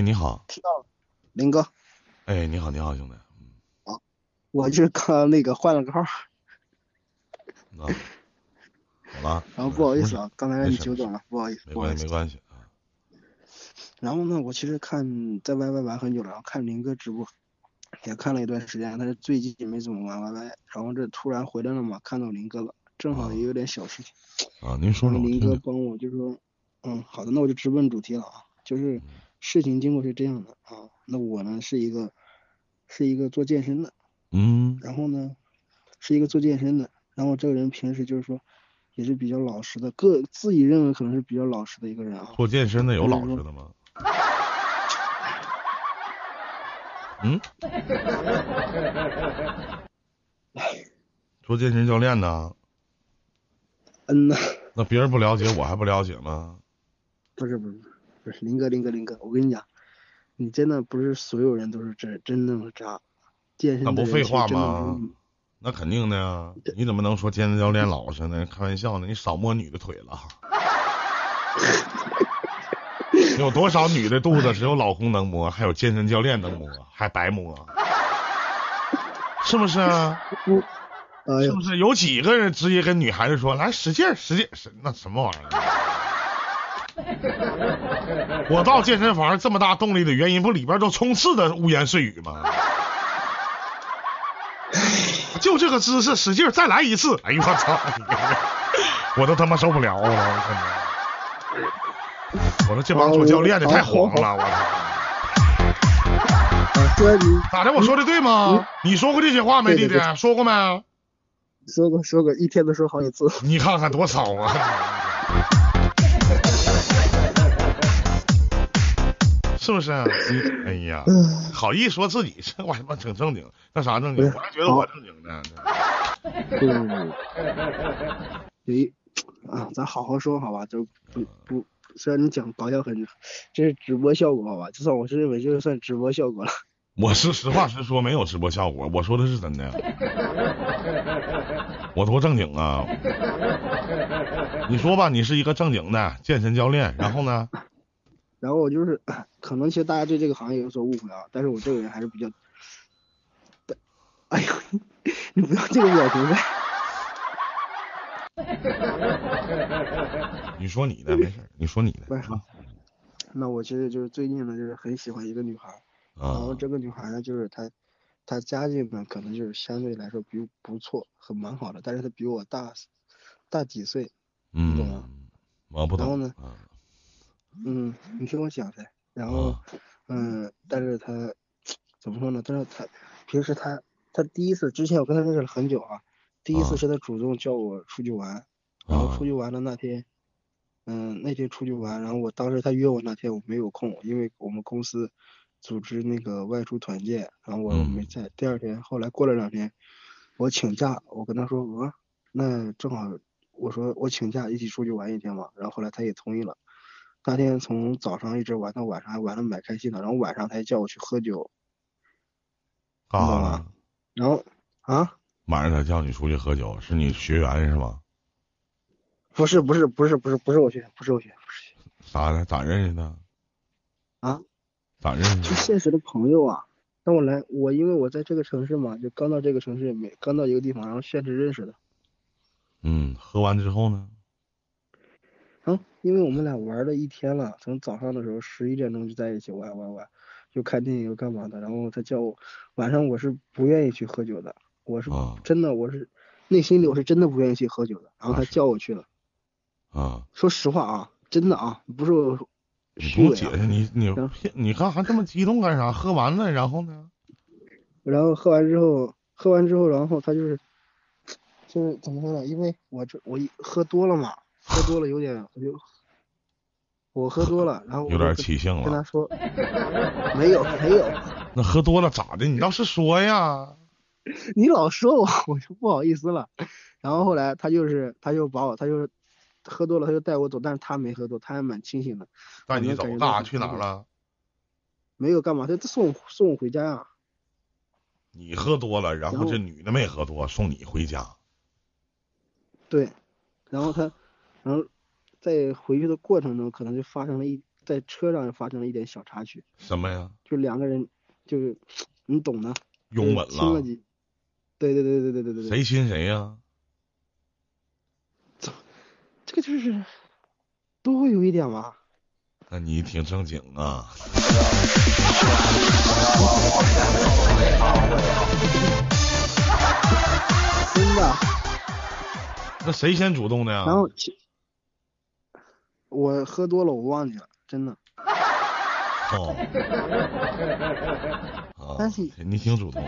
你好。 听到了，林哥。 哎，你好，你好，兄弟。 啊，我就是刚那个换了个号， 啊，好了， 然后不好什么事？ 意思啊，刚才让没事，没事， 你久等了，不好意思， 没关系， 不好意思。 没关系啊。 然后呢，我其实看在 YY 玩很久了，然后看林哥直播也看了一段时间，但是最近没怎么玩 YY，然后这突然回来了嘛，看到林哥了，正好也有点小事情， 您说说，我然后林听听。 哥帮我就说，好的，那我就直奔主题了啊，就是事情经过是这样的啊，那我呢是一个做健身的， 嗯， 然后呢是一个做健身的，然后这个人平时就是说也是比较老实的，自己认为可能是比较老实的一个人啊。 做健身的有就是说， 老实的吗？嗯，做健身教练呢？ 呐， 那别人不了解，我还不了解吗？ 不是，林哥，我跟你讲，你真的不是所有人都是真正的渣，健身的那不废话人其实真的没有吗？ 你。 那肯定的呀，你怎么能说健身教练老实呢？开玩笑呢，你少摸女的腿了。有多少女的肚子只有老公能摸，还有健身教练能摸，还白摸，是不是啊？ 哎呦， 是不是有几个人直接跟女孩子说来使劲使劲，那什么玩意儿？我到健身房这么大动力的原因，不里边都充斥的污言碎语吗？就这个姿势使劲再来一次，哎呦我操！我都他妈受不了了，我说这帮做教练的太黄了，我操！咋的？我说的对吗？你说过这些话没，弟弟？说过没？ 说过，一天都说好几次。 你看看多骚啊！是不是？哎呀，好意说自己这玩意儿挺正经，那啥正经？我还觉得我正经呢。 咱好好说好吧，就不，虽然你讲搞笑很，这是直播效果好吧，就算我是认为就算直播效果了。 我是实话实说，没有直播效果，我说的是真的。我多正经啊！你说吧，你是一个正经的健身教练，然后呢？ 然后我就是，可能其实大家对这个行业有所误会啊，但是我这个人还是比较，哎呦，你不要这个表情呗。 你说你的没事，你说你的。 不是，那我其实就是最近呢，就是很喜欢一个女孩，然后这个女孩呢，就是她家境呢，可能就是相对来说不错，蛮好的，但是她比我大几岁，你懂吗？ 我不懂。 然后呢，你听我讲噻。然后，但是她怎么说呢？但是她平时她第一次之前我跟她认识了很久啊，第一次是她主动叫我出去玩，然后出去玩的那天。那天出去玩，然后我当时他约我那天我没有空，因为我们公司组织那个外出团建，然后我没在。第二天后来过了2天，我请假，我跟他说那正好我说我请假一起出去玩一天嘛，然后后来他也同意了。那天从早上一直玩到晚上，还玩的蛮开心的，然后晚上他还叫我去喝酒， 干啥了？ 你懂吗？然后晚上他叫你出去喝酒，是你学员是吗？ 不是我学员，不是我学员。 啥的？咋认识的？咋认识的？ 就现实的朋友啊。但因为我在这个城市嘛，就刚到这个城市，刚到一个地方，然后现实认识的。 喝完之后呢？ 因为我们俩玩了一天了，从早上的时候11点钟就在一起玩，就看电影又干嘛的。然后他叫我晚上，我是不愿意去喝酒的，我是真的，我是内心里我是真的不愿意去喝酒的。然后他叫我去了。说实话啊，真的啊，不是我虚伪啊。 你不用解释，你干啥这么激动干啥？喝完了然后呢？ 然后喝完之后，然后他就是怎么说呢？因为我喝多了嘛，喝多了有点，我喝多了，然后有点起兴了。 跟他说，没有。 那喝多了咋的？你倒是说呀！ 你老说我就不好意思了。然后后来他就喝多了，他就带我走，但是他没喝多，他还蛮清醒的。 带你走干啥？去哪了？ 没有干嘛，他送我回家呀。 你喝多了，然后这女的没喝多，送你回家。 对，然后在回去的过程中，可能就发生了在车上发生了一点小插曲。 什么呀？ 就两个人，就是你懂的， 拥吻了。 对对对对对对对对。 谁亲谁呀？ 这个就是都会有一点嘛。 那你挺正经啊。 真的。 那谁先主动的呀？ 然后我喝多了，我忘记了，真的。 哦。 但是你挺主动。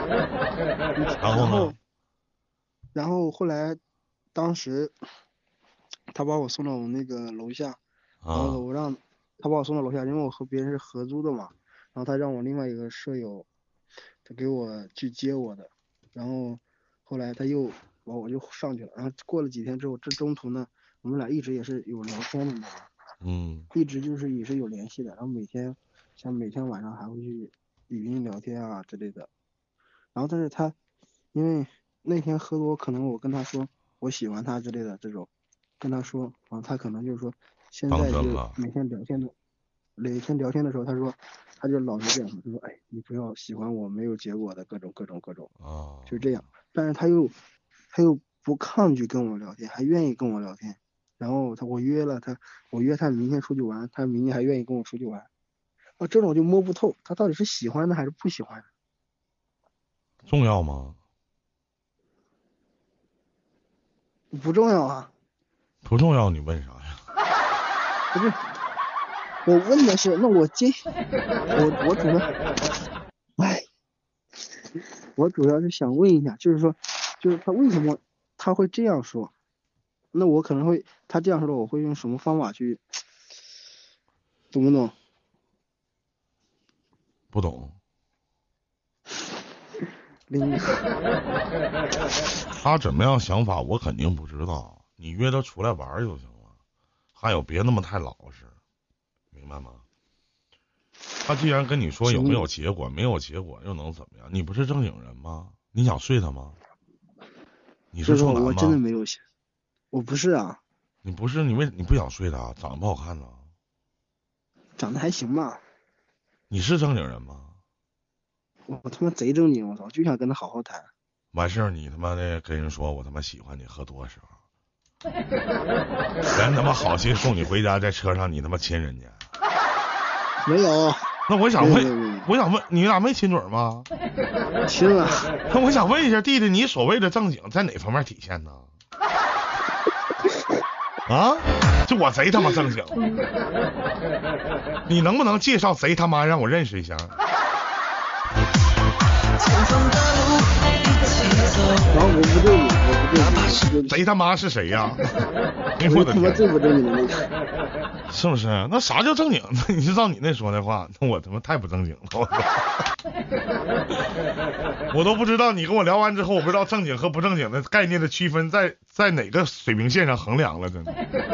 然后后来，当时他把我送到我那个楼下，然后他把我送到楼下，因为我和别人是合租的嘛，然后他让我另外一个舍友，他给我去接我的，然后后来他又我就上去了，然后过了几天之后，这中途呢，我们俩一直也是有聊天的嘛，一直就是也是有联系的，然后每天晚上还会去语音聊天啊之类的，然后但是他因为那天喝多，可能我跟他说我喜欢他之类的这种，跟他说，然后他可能就是说现在就每天聊天的时候，他说他就老是这样，他说哎你不要喜欢我没有结果的各种，就这样，但是他又不抗拒跟我聊天，还愿意跟我聊天，然后我约他明天出去玩，他明天还愿意跟我出去玩，这种就摸不透他到底是喜欢的还是不喜欢的。 重要吗？ 不重要啊。 不重要，你问啥呀？ 不是，我问的是，那我主要，我主要是想问一下，就是说，就是他为什么他会这样说？那我可能会，他这样说的，我会用什么方法去，懂不懂？ 不懂。他怎么样想法我肯定不知道，你约他出来玩就行了，还有别那么太老实，明白吗？他既然跟你说有没有结果，没有结果又能怎么样？你不是正经人吗？你想睡他吗？你是处男吗？ 我真的没有想，我不是啊。 你不是，你不想睡他？长得不好看呢？ 长得还行吧。 你是正经人吗？ 我他妈贼正经，我操，就想跟他好好谈。 完事儿你他妈的跟人说我他妈喜欢你，喝多的时候，人他妈好心送你回家，在车上你他妈亲人家。 没有。 那我想问，你俩没亲嘴吗？ 亲了。 那我想问一下，弟弟，你所谓的正经在哪方面体现呢？啊，就我贼他妈正经，你能不能介绍贼他妈让我认识一下？ 我不对你， 贼他妈是谁呀？ 我他妈最不正经的那个。 是不是？那啥叫正经？你是照你那说的话，那我他妈太不正经了。我都不知道，你跟我聊完之后，我不知道正经和不正经的概念的区分在哪个水平线上衡量了，真的。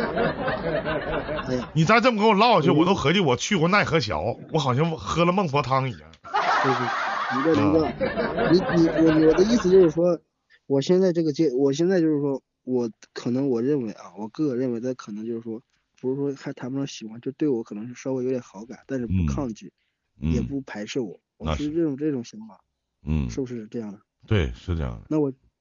你再这么跟我唠下去，我都合计我去过奈何桥，我好像喝了孟婆汤一样。 我的意思就是说，我现在就是说，我认为啊，我个人认为他可能就是说，不是说还谈不上喜欢，就对我可能是稍微有点好感，但是不抗拒，也不排斥我，我是这种想法，是不是这样的？ 对，是这样的。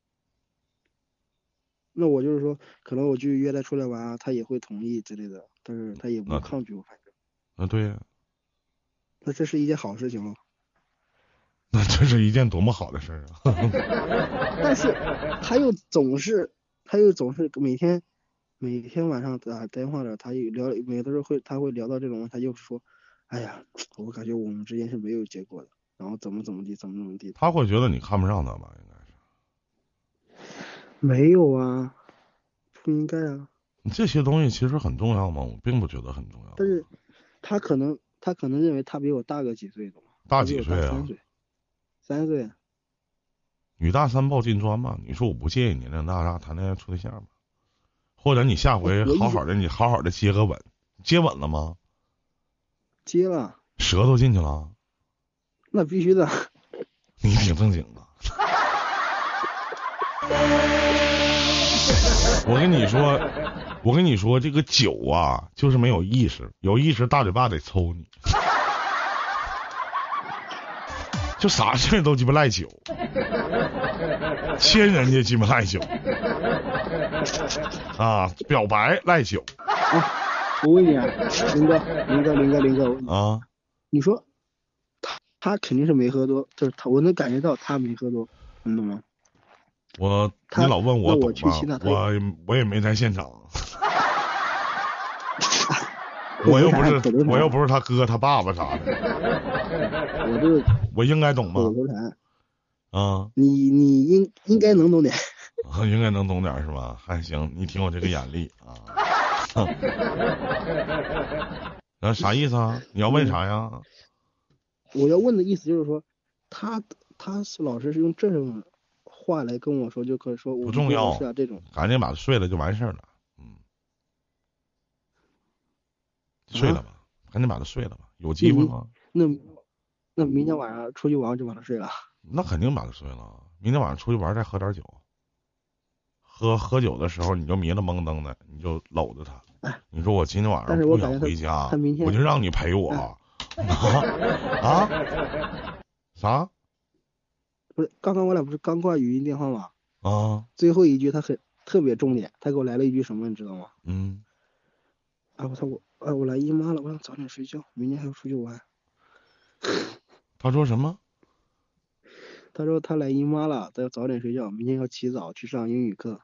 那我就是说，可能我去约他出来玩啊，他也会同意之类的，但是他也不抗拒我，反正。 对呀。 那这是一件好事情了。 那这是一件多么好的事啊！ 但是他又总是每天晚上打电话的，他聊，有的时候他会聊到这种，他就说，哎呀，我感觉我们之间是没有结果的，然后怎么地。 他会觉得你看不上他吧？应该是。 没有啊，不应该啊。 这些东西其实很重要吗？我并不觉得很重要。 但是他可能认为他比我大个几岁，懂吗？ 大几岁啊 ？3岁。 女大三抱金砖嘛。你说我不介意你那大谈恋爱处对象吗？或者你下回好好的接个吻，接吻了吗？ 接了。 舌头进去了？ 那必须的。 你挺正经的。我跟你说， 我跟你说，这个酒啊，就是没有意识，有意识大嘴巴得抽你，就啥事儿都鸡巴赖酒，牵人家鸡巴赖酒，啊，表白赖酒。 我问你啊，林哥，我问你啊， 你说他肯定是没喝多，就是我能感觉到他没喝多，你懂吗？ 你老问我懂吗？我也没在现场，我又不是他哥他爸爸啥的，我应该懂吗？ 口头禅啊， 你应该能懂点， 应该能懂点是吧？还行，你挺有这个眼力啊。那啥意思啊？你要问啥呀？ 我要问的意思就是说，他是老师是用这种话来跟我说，就可以说我不重要是啊这种， 赶紧把他睡了就完事儿了，睡了吧，赶紧把他睡了吧，有机会吗？ 那明天晚上出去玩就把他睡了。 那肯定把他睡了，明天晚上出去玩再喝点酒，喝酒的时候你就迷了蒙登的，你就搂着他，你说我今天晚上不想回家，我就让你陪我。啊？啥？ 不是，刚刚我俩不是刚挂语音电话吗？ 啊！ 最后一句他特别重点，他给我来了一句什么，你知道吗？我来姨妈了，我想早点睡觉，明天还要出去玩。 他说什么？ 他说他来姨妈了，他要早点睡觉，明天要起早去上英语课。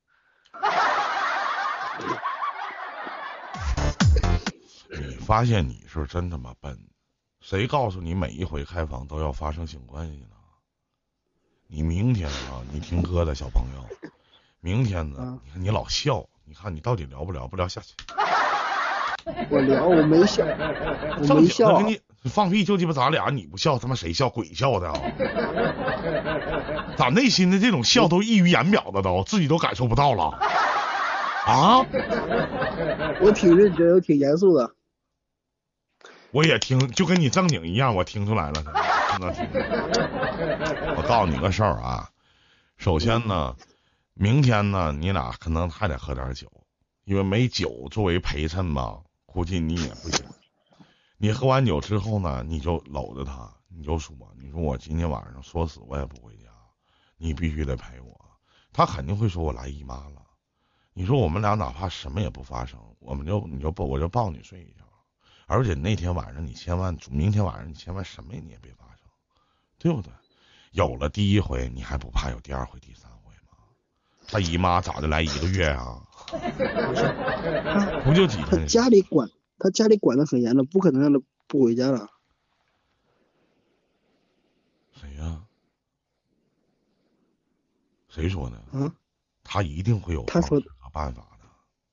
你发现你是真他妈笨，谁告诉你每一回开房都要发生性关系呢？你明天啊，你听哥的小朋友，明天呢，你看你老笑，你看你到底聊不聊下去？ 我聊，我没笑，我没笑。 你放屁就鸡巴咱俩，你不笑，他妈谁笑？鬼笑的啊！咋内心的这种笑都溢于言表的都，自己都感受不到了啊！ 我挺认真，我挺严肃的。 我也听，就跟你正经一样，我听出来了。我告诉你个事儿啊，首先呢，明天呢，你俩可能还得喝点酒，因为没酒作为陪衬吧，估计你也不行。你喝完酒之后呢，你就搂着他，你就说，你说我今天晚上说死我也不回家，你必须得陪我。他肯定会说我来姨妈了。你说我们俩哪怕什么也不发生，我就抱你睡一觉。而且那天晚上你明天晚上你千万什么你也别发生，对不对？有了第一回，你还不怕有第二回、第三回吗？他姨妈咋的来1个月啊？不就几天？ 他家里管得很严的，不可能让他不回家了。 谁呀？谁说的？他一定会有方式和办法的。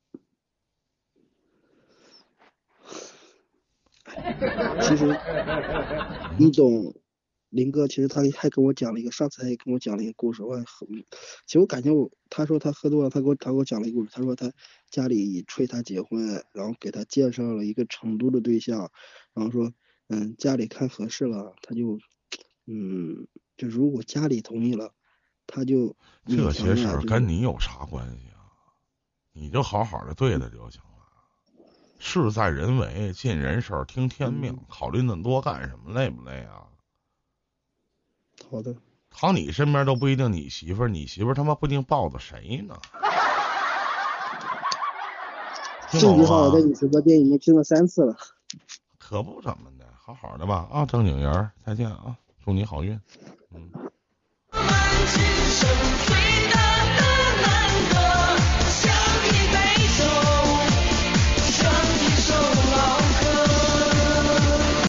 其实你懂，林哥，其实他还跟我讲了一个，上次还跟我讲了一个故事，其实我感觉他说他喝多了，他给我讲了一个故事，他说他家里催他结婚，然后给他介绍了一个成都的对象，然后说家里看合适了，他就就如果家里同意了，他就这些事儿跟你有啥关系啊？你就好好的对他就行了。事在人为，尽人事，听天命，考虑那么多干什么？累不累啊？ 好的。 躺你身边都不一定你媳妇儿，你媳妇儿他妈不一定抱着谁呢？ 这句话我在你直播间已经听了3次了。 可不怎么的，好好的吧啊，正经人，再见啊，祝你好运。